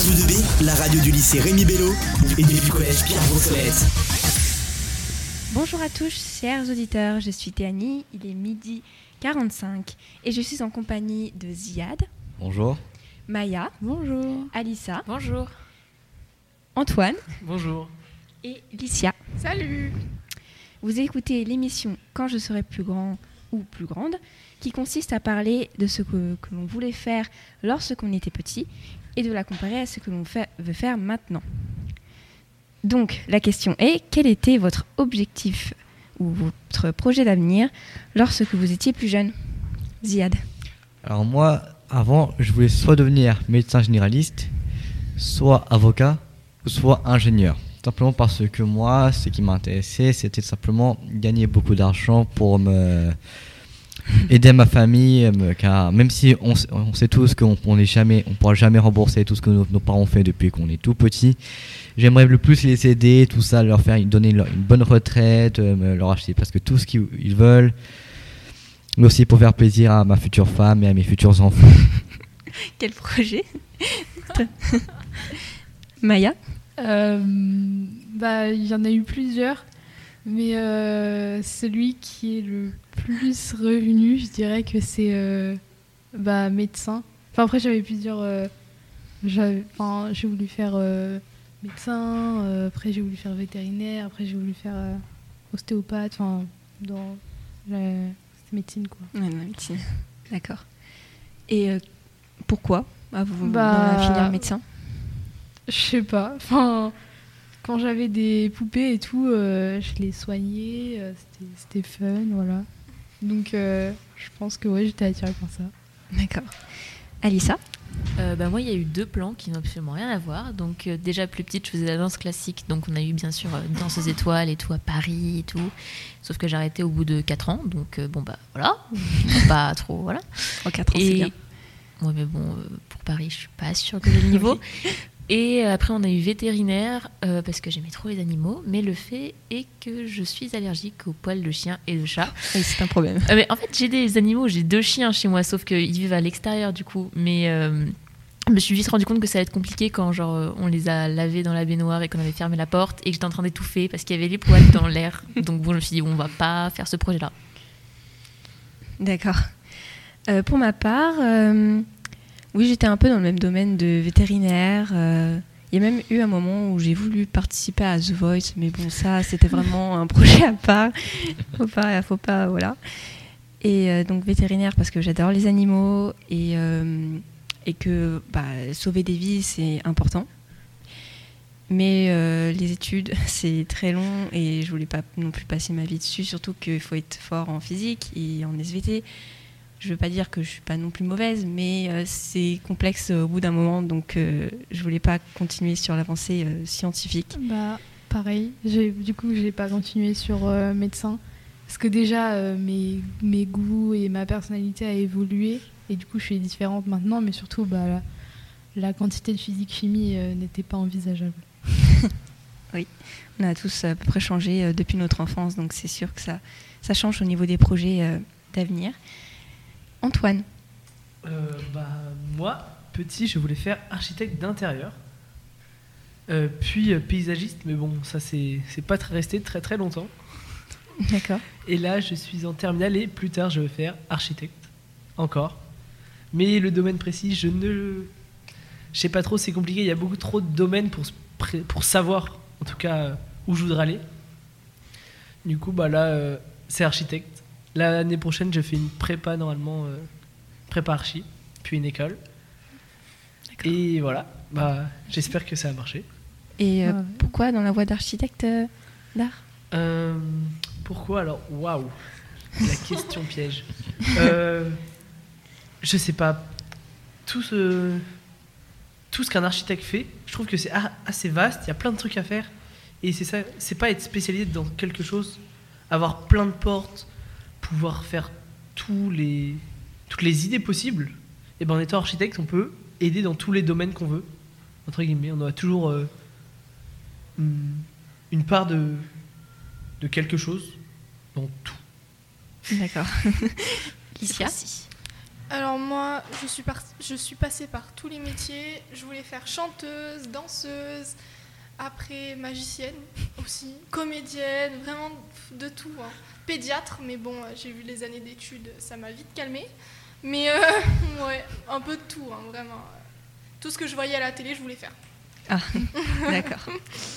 Radio 2B, la radio du lycée Rémi Bello et du collège Pierre Brossolette. Bonjour à tous, chers auditeurs, je suis Théanie, il est 12h45 et je suis en compagnie de Ziad. Bonjour. Maya. Bonjour. Alissa. Bonjour. Antoine. Bonjour. Et Licia. Salut. Vous écoutez l'émission Quand je serai plus grand ou plus grande, qui consiste à parler de ce que l'on voulait faire lorsqu'on était petit et de la comparer à ce que l'on veut faire maintenant. Donc, la question est, quel était votre objectif ou votre projet d'avenir lorsque vous étiez plus jeune? Ziad. Alors moi, avant, je voulais soit devenir médecin généraliste, soit avocat, ou soit ingénieur. Simplement parce que moi, ce qui m'intéressait, c'était simplement gagner beaucoup d'argent pour aider ma famille, car même si on sait tous qu'on ne pourra jamais rembourser tout ce que nos parents ont fait depuis qu'on est tout petit, j'aimerais le plus les aider, tout ça, leur faire donner une bonne retraite, leur acheter presque tout ce qu'ils veulent, mais aussi pour faire plaisir à ma future femme et à mes futurs enfants. Quel projet? Maya? Il y en a eu plusieurs, mais celui qui est le plus revenu, je dirais que c'est médecin. Enfin, après, j'avais plusieurs... j'ai voulu faire médecin, après j'ai voulu faire vétérinaire, après j'ai voulu faire ostéopathe, enfin, dans la médecine, quoi. Ouais, la médecine, d'accord. Et pourquoi avez-vous finir médecin? Je sais pas, enfin... Quand j'avais des poupées et tout, je les soignais, c'était fun, voilà. Donc je pense que ouais, j'étais attirée par ça. D'accord. Alissa? Moi, il y a eu deux plans qui n'ont absolument rien à voir. Donc déjà plus petite, je faisais la danse classique. Donc on a eu bien sûr Danseuse étoiles et tout à Paris et tout. Sauf que j'ai arrêté au bout de 4 ans. Donc voilà, pas trop, voilà. En 4 ans, c'est bien. Ouais, mais bon, pour Paris, je suis pas sûre que j'ai le niveau. Et après, on a eu vétérinaire parce que j'aimais trop les animaux. Mais le fait est que je suis allergique aux poils de chien et de chat. Et c'est un problème. Mais en fait, j'ai des animaux, j'ai 2 chiens chez moi, sauf qu'ils vivent à l'extérieur du coup. Mais je me suis vite rendu compte que ça allait être compliqué quand on les a lavés dans la baignoire et qu'on avait fermé la porte et que j'étais en train d'étouffer parce qu'il y avait les poils dans l'air. Donc bon, je me suis dit, on va pas faire ce projet-là. D'accord. Pour ma part... Oui, j'étais un peu dans le même domaine de vétérinaire. Il y a même eu un moment où j'ai voulu participer à The Voice, mais bon, ça, c'était vraiment un projet à part. Faut pas, voilà. Et donc vétérinaire parce que j'adore les animaux et que sauver des vies, c'est important. Mais les études, c'est très long et je voulais pas non plus passer ma vie dessus, surtout qu'il faut être fort en physique et en SVT. Je ne veux pas dire que je ne suis pas non plus mauvaise, mais c'est complexe au bout d'un moment, donc je ne voulais pas continuer sur l'avancée scientifique. Pareil, du coup, je n'ai pas continué sur médecin, parce que déjà, mes goûts et ma personnalité a évolué, et du coup, je suis différente maintenant, mais surtout, la quantité de physique-chimie n'était pas envisageable. Oui, on a tous à peu près changé depuis notre enfance, donc c'est sûr que ça change au niveau des projets d'avenir. Antoine? Moi, petit, je voulais faire architecte d'intérieur, puis paysagiste, mais bon, ça c'est pas resté très très longtemps. D'accord. Et là, je suis en terminale et plus tard, je vais faire architecte, encore. Mais le domaine précis, je sais pas trop, c'est compliqué, il y a beaucoup trop de domaines pour savoir, en tout cas, où je voudrais aller. Du coup, là, c'est architecte. L'année prochaine, je fais une prépa normalement, prépa archi, puis une école. D'accord. Et voilà, j'espère que ça va marcher. Et pourquoi dans la voie d'architecte d'art? Pourquoi alors? Waouh, la question piège. Je sais pas. Tout ce qu'un architecte fait, je trouve que c'est assez vaste. Il y a plein de trucs à faire. Et c'est ça. C'est pas être spécialisé dans quelque chose, avoir plein de portes, pouvoir faire toutes les idées possibles. Et en étant architecte, on peut aider dans tous les domaines qu'on veut, entre guillemets. On a toujours une part de quelque chose dans tout. D'accord. Licia? Alors moi, je suis passée par tous les métiers. Je voulais faire chanteuse, danseuse, après magicienne aussi, comédienne, vraiment de tout. Hein. Pédiatre, mais bon, j'ai vu les années d'études, ça m'a vite calmée. Mais ouais, un peu de tout, hein, vraiment. Tout ce que je voyais à la télé, je voulais faire. Ah, d'accord.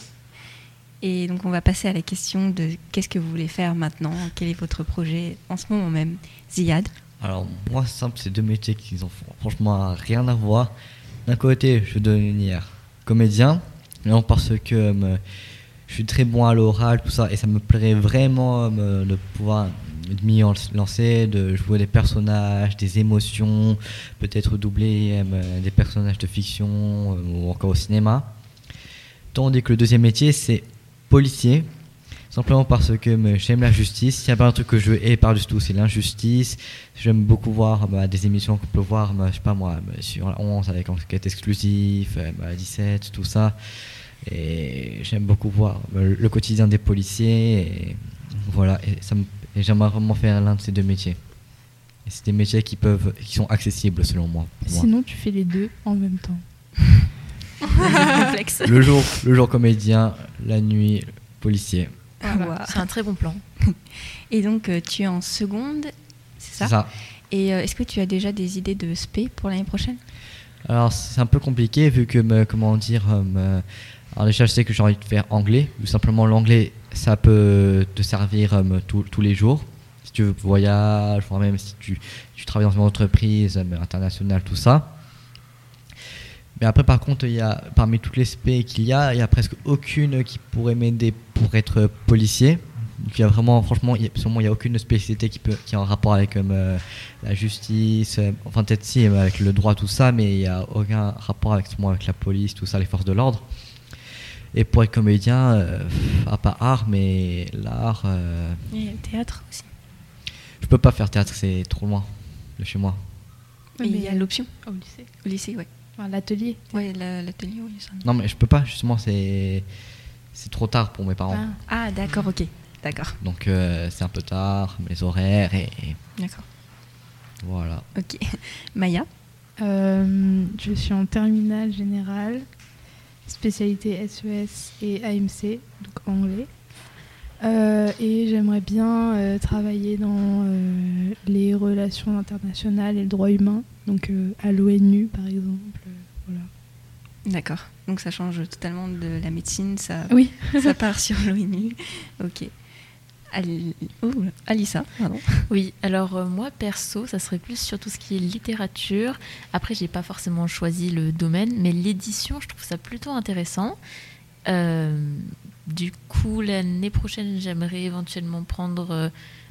Et donc on va passer à la question de qu'est-ce que vous voulez faire maintenant, quel est votre projet en ce moment même. Ziad. Alors, moi, c'est simple, c'est deux métiers qui n'ont franchement rien à voir. D'un côté, je veux devenir comédien, non parce que je suis très bon à l'oral, tout ça, et ça me plairait vraiment de pouvoir m'y lancer, de jouer des personnages, des émotions, peut-être doubler des personnages de fiction ou encore au cinéma. Tandis que le deuxième métier, c'est policier. Simplement parce que j'aime la justice. S'il y a pas un truc que je hais par-dessus tout, c'est l'injustice. J'aime beaucoup voir des émissions qu'on peut voir, je sais pas moi, sur la 11 avec enquête exclusive, 17, tout ça. Et j'aime beaucoup voir le quotidien des policiers. Et voilà, et j'aimerais vraiment faire l'un de ces deux métiers. Et c'est des métiers qui sont accessibles selon moi. Sinon, tu fais les deux en même temps. Complexe. Le jour comédien, la nuit policier. Voilà. Wow. C'est un très bon plan. Et donc, tu es en seconde, c'est ça? C'est ça. Et est-ce que tu as déjà des idées de spé pour l'année prochaine? Alors, c'est un peu compliqué vu que, alors déjà, je sais que j'ai envie de faire anglais. Ou simplement, l'anglais, ça peut te servir tous les jours. Si tu voyages, voire même si tu travailles dans une entreprise internationale, tout ça. Mais après, par contre, parmi toutes les spé qu'il y a presque aucune qui pourrait m'aider pour être policier. Donc, il y a vraiment, franchement, il n'y a aucune spécialité qui est en rapport avec la justice, enfin peut-être si, avec le droit, tout ça, mais il n'y a aucun rapport avec la police, tout ça, les forces de l'ordre. Et pour être comédien, pas art, mais l'art... Et le théâtre aussi. Je peux pas faire théâtre, c'est trop loin de chez moi. Et il y a l'option au lycée. Au lycée, ouais. Enfin, l'atelier. Ouais, l'atelier, oui. Ça. Non, mais je peux pas, justement, c'est trop tard pour mes parents. Ah d'accord, ok. D'accord. Donc c'est un peu tard, mes horaires et D'accord. Voilà. Ok. Maya? Je suis en terminale générale, spécialité SES et AMC, donc anglais. Et j'aimerais bien travailler dans les relations internationales et le droit humain, donc à l'ONU par exemple. Voilà. D'accord. Donc ça change totalement de la médecine, ça part sur l'ONU. Ok. Alissa, pardon. Oui, alors moi perso, ça serait plus sur tout ce qui est littérature. Après, j'ai pas forcément choisi le domaine, mais l'édition, je trouve ça plutôt intéressant. Du coup, l'année prochaine, j'aimerais éventuellement prendre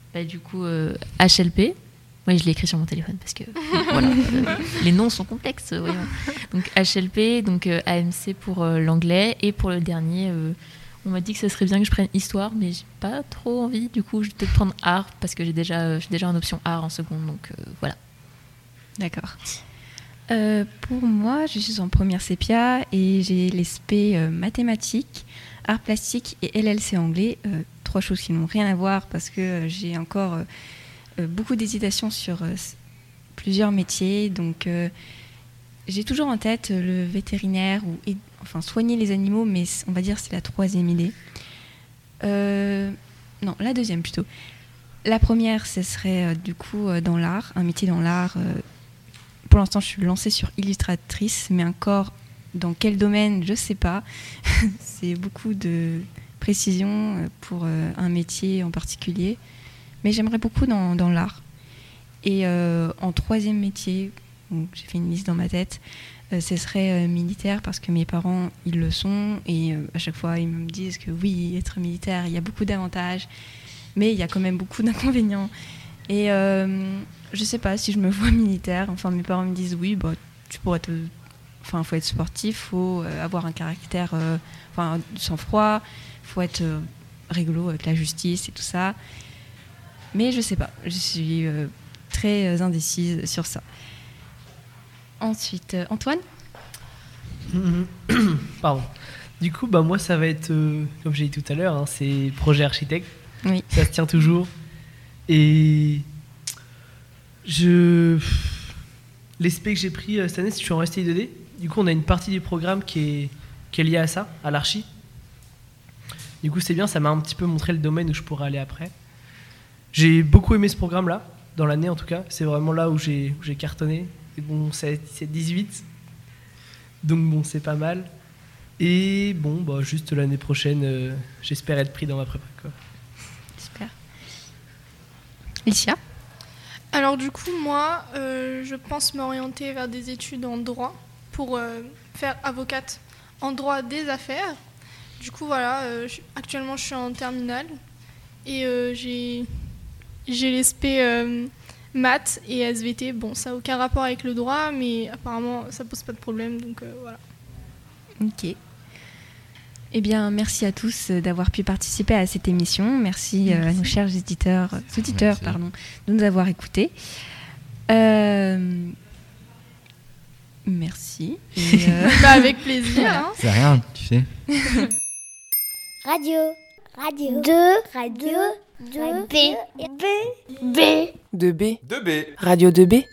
HLP. Oui, je l'ai écrit sur mon téléphone parce que voilà, les noms sont complexes. Voyons. Donc HLP, donc AMC pour l'anglais, et pour le dernier, on m'a dit que ce serait bien que je prenne histoire, mais j'ai pas trop envie. Du coup, je vais peut-être prendre art parce que j'ai déjà en option art en seconde, donc voilà. D'accord. Pour moi, je suis en première CEPIA et j'ai les spé mathématiques, art plastique et LLC anglais. Trois choses qui n'ont rien à voir parce que j'ai encore beaucoup d'hésitations sur plusieurs métiers. Donc, j'ai toujours en tête le vétérinaire ou soigner les animaux, mais on va dire que c'est la troisième idée. Non, la deuxième plutôt. La première, ce serait du coup dans l'art, un métier dans l'art. Pour l'instant, je suis lancée sur illustratrice, mais encore dans quel domaine, je ne sais pas. C'est beaucoup de précision pour un métier en particulier. Mais j'aimerais beaucoup dans l'art. Et en troisième métier, j'ai fait une liste dans ma tête, ce serait militaire parce que mes parents, ils le sont. Et à chaque fois, ils me disent que oui, être militaire, il y a beaucoup d'avantages. Mais il y a quand même beaucoup d'inconvénients. Et je ne sais pas si je me vois militaire. Enfin, mes parents me disent oui, tu pourrais faut être sportif, faut avoir un caractère sang-froid, faut être rigolo avec la justice et tout ça. Mais je sais pas, je suis très indécise sur ça. Ensuite, Antoine ? Pardon. Du coup, moi, ça va être, comme j'ai dit tout à l'heure, hein, c'est projet architecte. Oui. Ça se tient toujours. Et je les spé que j'ai pris cette année, je suis en STI 2D. Du coup, on a une partie du programme qui est liée à ça, à l'archi. Du coup, c'est bien, ça m'a un petit peu montré le domaine où je pourrais aller après. J'ai beaucoup aimé ce programme-là, dans l'année en tout cas. C'est vraiment là où j'ai cartonné. Et bon, c'est 18. Donc bon, c'est pas mal. Et bon, bah, juste l'année prochaine, j'espère être pris dans ma prépa, quoi. Super. Licia? Alors du coup, moi, je pense m'orienter vers des études en droit pour faire avocate en droit des affaires. Du coup, voilà, actuellement, je suis en terminale et j'ai les spé maths et SVT. Bon, ça n'a aucun rapport avec le droit, mais apparemment, ça pose pas de problème, donc voilà. Ok. Eh bien, merci à tous d'avoir pu participer à cette émission. Merci. À nos chers auditeurs, de nous avoir écoutés. Merci. Et, Bah, avec plaisir. Hein. C'est rien, tu sais. Radio 2 B. Radio 2B. Radio 2B.